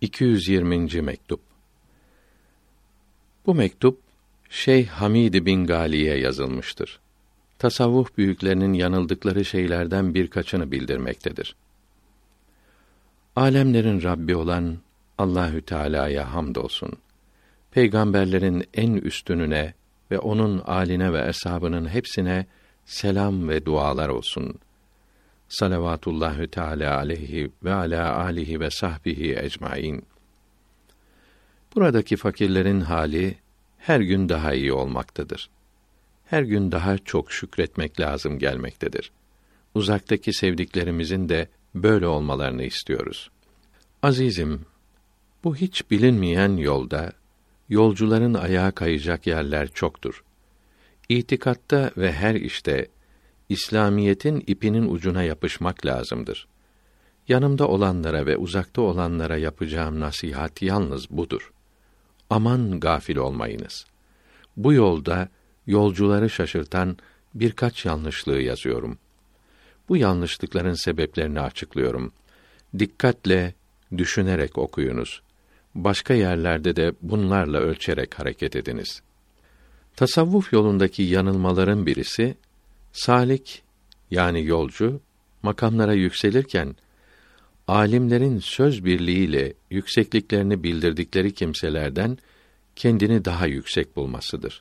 220. mektup. Bu mektup Şeyh Hamid bin Gali'ye yazılmıştır. Tasavvuf büyüklerinin yanıldıkları şeylerden birkaçını bildirmektedir. Âlemlerin Rabbi olan Allahü Teala'ya hamdolsun. Peygamberlerin en üstününe ve onun âline ve eshabının hepsine selam ve dualar olsun. Salavatullahü Teala aleyhi ve ala alihi ve sahbihi ecmaîn. Buradaki fakirlerin hali her gün daha iyi olmaktadır. Her gün daha çok şükretmek lazım gelmektedir. Uzaktaki sevdiklerimizin de böyle olmalarını istiyoruz. Azizim, bu hiç bilinmeyen yolda yolcuların ayağa kayacak yerler çoktur. İtikatta ve her işte İslamiyetin ipinin ucuna yapışmak lazımdır. Yanımda olanlara ve uzakta olanlara yapacağım nasihat yalnız budur. Aman gafil olmayınız. Bu yolda yolcuları şaşırtan birkaç yanlışlığı yazıyorum. Bu yanlışlıkların sebeplerini açıklıyorum. Dikkatle, düşünerek okuyunuz. Başka yerlerde de bunlarla ölçerek hareket ediniz. Tasavvuf yolundaki yanılmaların birisi, salik yani yolcu makamlara yükselirken âlimlerin söz birliğiyle yüksekliklerini bildirdikleri kimselerden kendini daha yüksek bulmasıdır.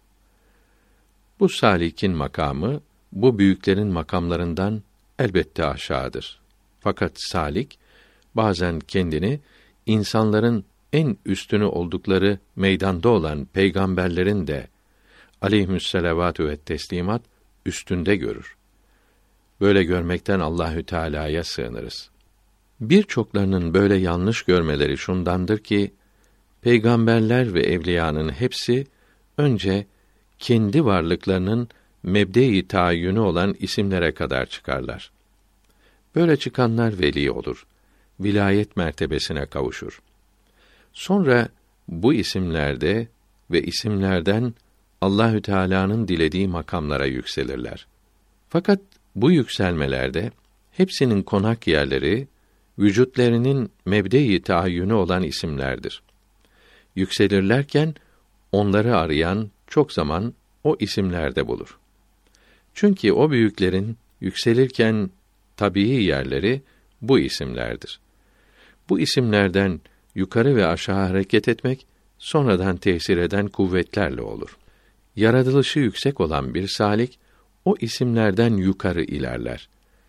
Bu salikin makamı bu büyüklerin makamlarından elbette aşağıdır. Fakat salik bazen kendini insanların en üstünü oldukları meydanda olan peygamberlerin de aleyhüsselavatü ve teslimat üstünde görür. Böyle görmekten Allahü Teala'ya sığınırız. Birçoklarının böyle yanlış görmeleri şundandır ki peygamberler ve evliyanın hepsi önce kendi varlıklarının mebde-i taayyünü olan isimlere kadar çıkarlar. Böyle çıkanlar veli olur. Vilayet mertebesine kavuşur. Sonra bu isimlerde ve isimlerden Allahü Teala'nın dilediği makamlara yükselirler. Fakat bu yükselmelerde hepsinin konak yerleri vücutlarının mebde-i taayyünü olan isimlerdir. Yükselirlerken onları arayan çok zaman o isimlerde bulur. Çünkü o büyüklerin yükselirken tabii yerleri bu isimlerdir. Bu isimlerden yukarı ve aşağı hareket etmek sonradan tesir eden kuvvetlerle olur. Yaratılışı yüksek olan bir salik o isimlerden yukarı ilerler.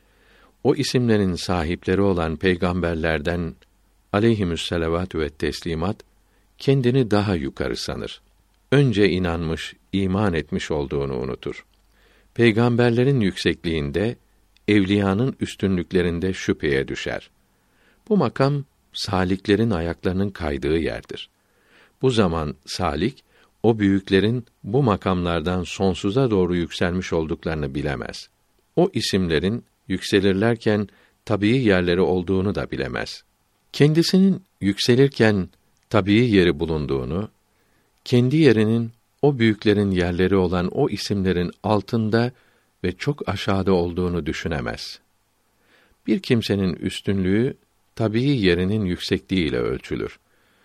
O isimlerin sahipleri olan peygamberlerden aleyhimüsselavatü ve teslimat kendini daha yukarı sanır. Önce inanmış, iman etmiş olduğunu unutur. Peygamberlerin yüksekliğinde, evliyanın üstünlüklerinde şüpheye düşer. Bu makam saliklerin ayaklarının kaydığı yerdir. Bu zaman salik o büyüklerin bu makamlardan sonsuza doğru yükselmiş olduklarını bilemez. O isimlerin yükselirlerken tabii yerleri olduğunu da bilemez. Kendisinin yükselirken tabii yeri bulunduğunu, kendi yerinin o büyüklerin yerleri olan o isimlerin altında ve çok aşağıda olduğunu düşünemez. Bir kimsenin üstünlüğü tabii yerinin yüksekliğiyle ölçülür.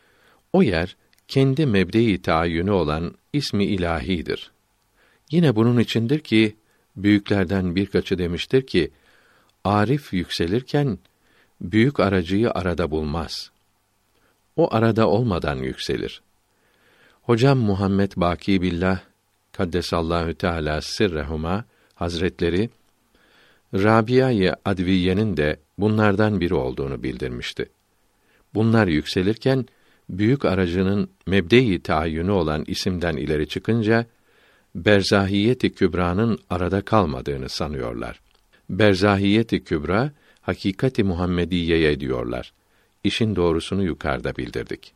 O yer kendi mebde-i taayyünü olan ismi ilahidir. Yine bunun içindir ki büyüklerden birkaçı demiştir ki arif yükselirken büyük aracıyı arada bulmaz. O arada olmadan yükselir. Hocam Muhammed Baki Billah Kaddesallahu Teala sirrehuma Hazretleri Rabia-i Adviye'nin de bunlardan biri olduğunu bildirmişti. Bunlar yükselirken büyük aracının mebde-i taayyünü olan isimden ileri çıkınca Berzahiyet-i Kübra'nın arada kalmadığını sanıyorlar. Berzahiyet-i Kübra hakikati Muhammediyeye diyorlar. İşin doğrusunu yukarıda bildirdik.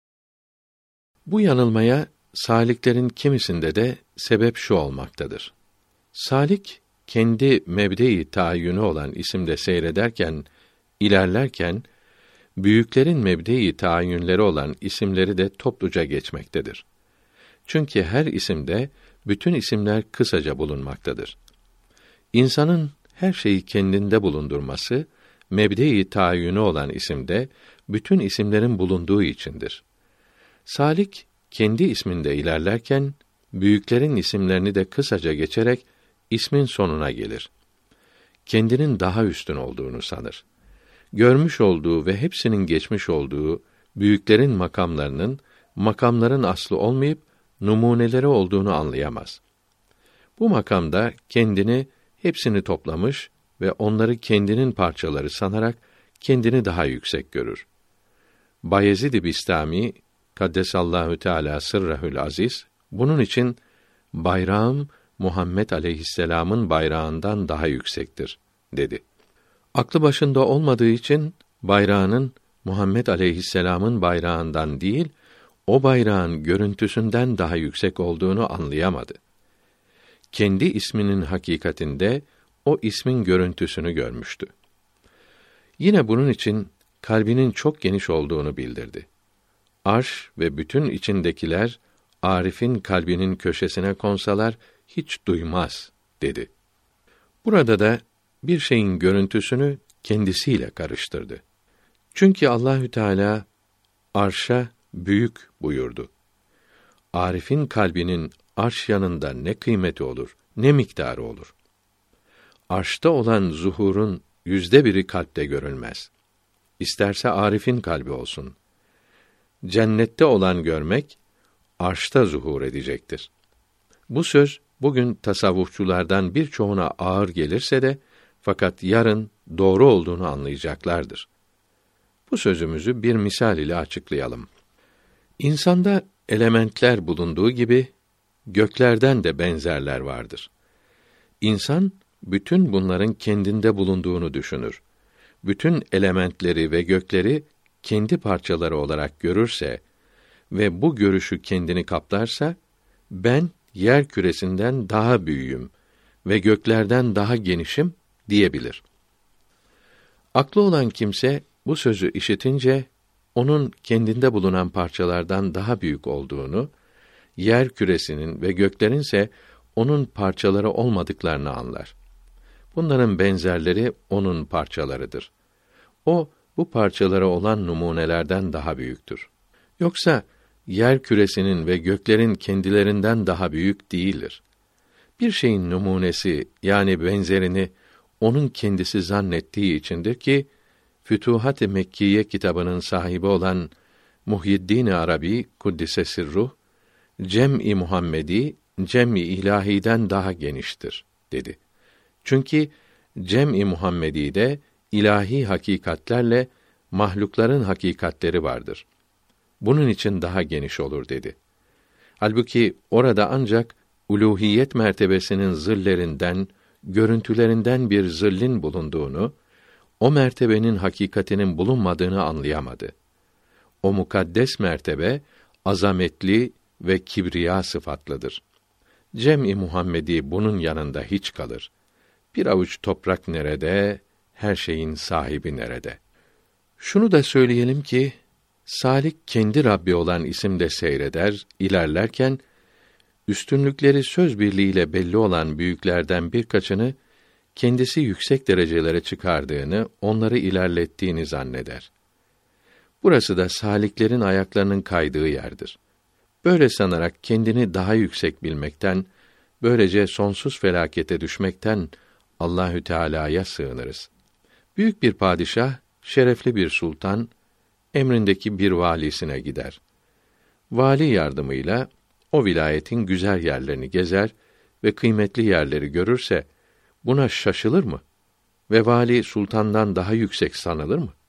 Bu yanılmaya saliklerin kimisinde de sebep şu olmaktadır. Salik kendi mebde-i taayyünü olan isimde seyrederken, ilerlerken büyüklerin mebde-i taayyünleri olan isimleri de topluca geçmektedir. Çünkü her isimde bütün isimler kısaca bulunmaktadır. İnsanın her şeyi kendinde bulundurması mebde-i tayini olan isimde bütün isimlerin bulunduğu içindir. Salik kendi isminde ilerlerken büyüklerin isimlerini de kısaca geçerek ismin sonuna gelir. Kendinin daha üstün olduğunu sanır. Görmüş olduğu ve hepsinin geçmiş olduğu büyüklerin makamların aslı olmayıp numuneleri olduğunu anlayamaz. Bu makamda kendini hepsini toplamış ve onları kendinin parçaları sanarak kendini daha yüksek görür. Bayezid-i Bistami Kaddesallahu Teala sırrehül aziz bunun için bayrağım Muhammed aleyhisselam'ın bayrağından daha yüksektir dedi. Aklı başında olmadığı için bayrağının Muhammed aleyhisselam'ın bayrağından değil, o bayrağın görüntüsünden daha yüksek olduğunu anlayamadı. Kendi isminin hakikatinde o ismin görüntüsünü görmüştü. Yine bunun için kalbinin çok geniş olduğunu bildirdi. Arş ve bütün içindekiler Arif'in kalbinin köşesine konsalar hiç duymaz dedi. Burada da bir şeyin görüntüsünü kendisiyle karıştırdı. Çünkü Allahü Teala arşa büyük buyurdu. Arif'in kalbinin arş yanında ne kıymeti olur, ne miktarı olur? Arşta olan zuhurun 1/1'i kalpte görülmez. İsterse Arif'in kalbi olsun. Cennette olan görmek, arşta zuhur edecektir. Bu söz, bugün tasavvufçulardan birçoğuna ağır gelirse de, fakat yarın doğru olduğunu anlayacaklardır. Bu sözümüzü bir misal ile açıklayalım. İnsanda elementler bulunduğu gibi, göklerden de benzerler vardır. İnsan, bütün bunların kendinde bulunduğunu düşünür. Bütün elementleri ve gökleri kendi parçaları olarak görürse ve bu görüşü kendini kaplarsa, ben yer küresinden daha büyüğüm ve göklerden daha genişim diyebilir. Aklı olan kimse bu sözü işitince onun kendinde bulunan parçalardan daha büyük olduğunu, yer küresinin ve göklerinse onun parçaları olmadıklarını anlar. Bunların benzerleri onun parçalarıdır. O bu parçaları olan numunelerden daha büyüktür. Yoksa yer küresinin ve göklerin kendilerinden daha büyük değildir. Bir şeyin numunesi yani benzerini onun kendisi zannettiği içindir ki Fütuhat-ı Mekkiye kitabının sahibi olan Muhyiddin Arabi kuddise sirruh Cem-i Muhammedi Cem-i İlahi'den daha geniştir dedi. Çünkü Cem-i Muhammedi'de ilahi hakikatlerle mahlukların hakikatleri vardır. Bunun için daha geniş olur dedi. Halbuki orada ancak uluhiyet mertebesinin zillerinden, görüntülerinden bir zillin bulunduğunu, o mertebenin hakikatinin bulunmadığını anlayamadı. O mukaddes mertebe azametli ve kibriya sıfatlıdır. Cem-i Muhammedi bunun yanında hiç kalır. Bir avuç toprak nerede, her şeyin sahibi nerede? Şunu da söyleyelim ki, salik kendi Rabbi olan isimde seyreder, ilerlerken, üstünlükleri söz birliğiyle belli olan büyüklerden birkaçını, kendisi yüksek derecelere çıkardığını, onları ilerlettiğini zanneder. Burası da saliklerin ayaklarının kaydığı yerdir. Böyle sanarak kendini daha yüksek bilmekten, böylece sonsuz felakete düşmekten Allahü Teala'ya sığınırız. Büyük bir padişah, şerefli bir sultan, emrindeki bir valisine gider. Vali yardımıyla o vilayetin güzel yerlerini gezer ve kıymetli yerleri görürse buna şaşılır mı? Ve vali sultandan daha yüksek sanılır mı?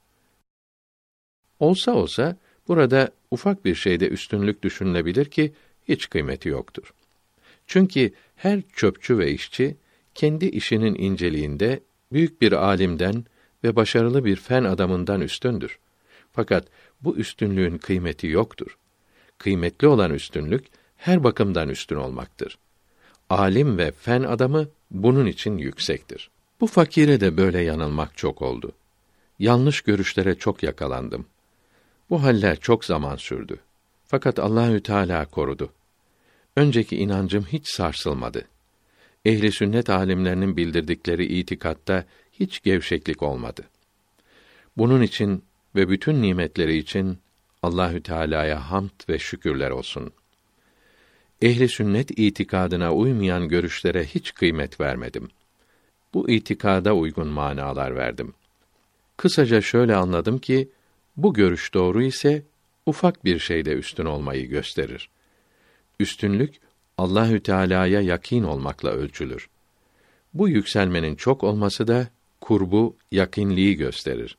Olsa burada ufak bir şeyde üstünlük düşünülebilir ki hiç kıymeti yoktur. Çünkü her çöpçü ve işçi kendi işinin inceliğinde büyük bir alimden ve başarılı bir fen adamından üstündür. Fakat bu üstünlüğün kıymeti yoktur. Kıymetli olan üstünlük her bakımdan üstün olmaktır. Alim ve fen adamı bunun için yüksektir. Bu fakire de böyle yanılmak çok oldu. Yanlış görüşlere çok yakalandım. Bu haller çok zaman sürdü. Fakat Allahü Teala korudu. Önceki inancım hiç sarsılmadı. Ehli sünnet alimlerinin bildirdikleri itikatta hiç gevşeklik olmadı. Bunun için ve bütün nimetleri için Allahü Teala'ya hamd ve şükürler olsun. Ehli sünnet itikadına uymayan görüşlere hiç kıymet vermedim. Bu itikada uygun manalar verdim. Kısaca şöyle anladım ki, bu görüş doğru ise ufak bir şeyde üstün olmayı gösterir. Üstünlük Allahü Teala'ya yakîn olmakla ölçülür. Bu yükselmenin çok olması da kurbu, yakînliği gösterir.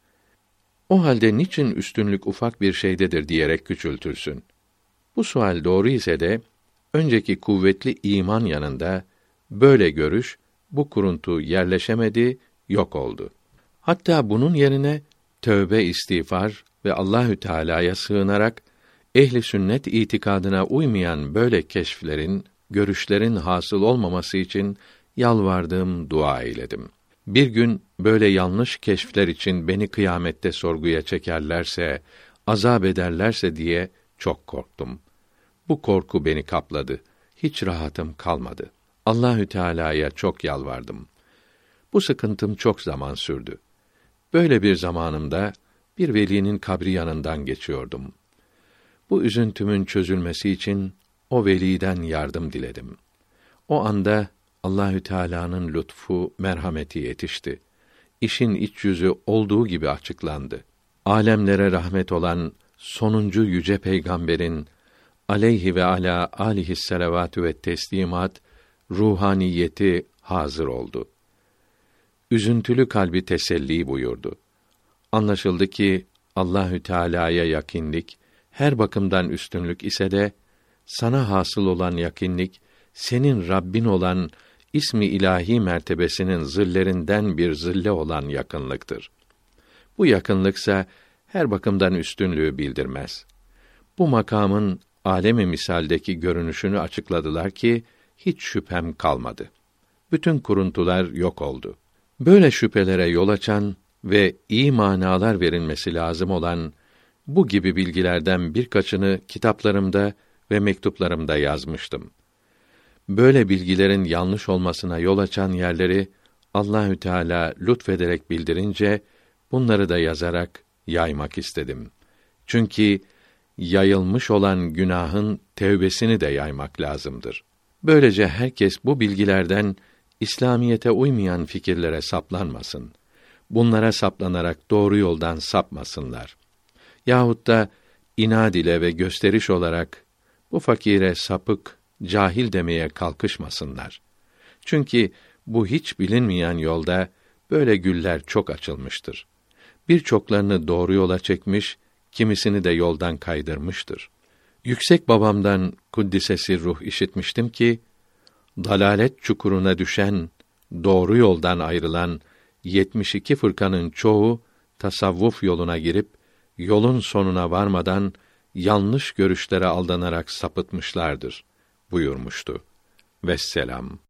O halde niçin üstünlük ufak bir şeydedir diyerek küçültürsün? Bu sual doğru ise de önceki kuvvetli iman yanında böyle görüş, bu kuruntu yerleşemedi, yok oldu. Hatta bunun yerine tövbe, istiğfar ve Allahü Teala'ya sığınarak ehli sünnet itikadına uymayan böyle keşflerin, görüşlerin hasıl olmaması için yalvardım, dua eyledim. Bir gün böyle yanlış keşfler için beni kıyamette sorguya çekerlerse, azap ederlerse diye çok korktum. Bu korku beni kapladı. Hiç rahatım kalmadı. Allahü Teala'ya çok yalvardım. Bu sıkıntım çok zaman sürdü. Böyle bir zamanımda bir velinin kabri yanından geçiyordum. Bu üzüntümün çözülmesi için o veliden yardım diledim. O anda Allahü Teala'nın lütfu, merhameti yetişti. İşin iç yüzü olduğu gibi açıklandı. Alemlere rahmet olan sonuncu yüce peygamberin aleyhi ve ala alihi's-selavatü ve teslimat ruhaniyeti hazır oldu. Üzüntülü kalbi teselli buyurdu. Anlaşıldı ki Allahü Teala'ya yakînlik her bakımdan üstünlük ise de sana hasıl olan yakînlik senin Rabbin olan ismi ilahi mertebesinin zillerinden bir zille olan yakınlıktır. Bu yakınlıksa her bakımdan üstünlüğü bildirmez. Bu makamın alemi misaldeki görünüşünü açıkladılar ki hiç şüphem kalmadı. Bütün kuruntular yok oldu. Böyle şüphelere yol açan ve iyi manalar verilmesi lazım olan bu gibi bilgilerden birkaçını kitaplarımda ve mektuplarımda yazmıştım. Böyle bilgilerin yanlış olmasına yol açan yerleri Allahü Teala lütfederek bildirince bunları da yazarak yaymak istedim. Çünkü yayılmış olan günahın tevbesini de yaymak lazımdır. Böylece herkes bu bilgilerden İslamiyete uymayan fikirlere saplanmasın. Bunlara saplanarak doğru yoldan sapmasınlar. Yahut da inad ile ve gösteriş olarak bu fakire sapık, cahil demeye kalkışmasınlar. Çünkü bu hiç bilinmeyen yolda böyle güller çok açılmıştır. Birçoklarını doğru yola çekmiş, kimisini de yoldan kaydırmıştır. Yüksek babamdan kuddisesi ruh işitmiştim ki, dalalet çukuruna düşen, doğru yoldan ayrılan 72 fırkanın çoğu tasavvuf yoluna girip yolun sonuna varmadan yanlış görüşlere aldanarak sapıtmışlardır buyurmuştu. Vesselam.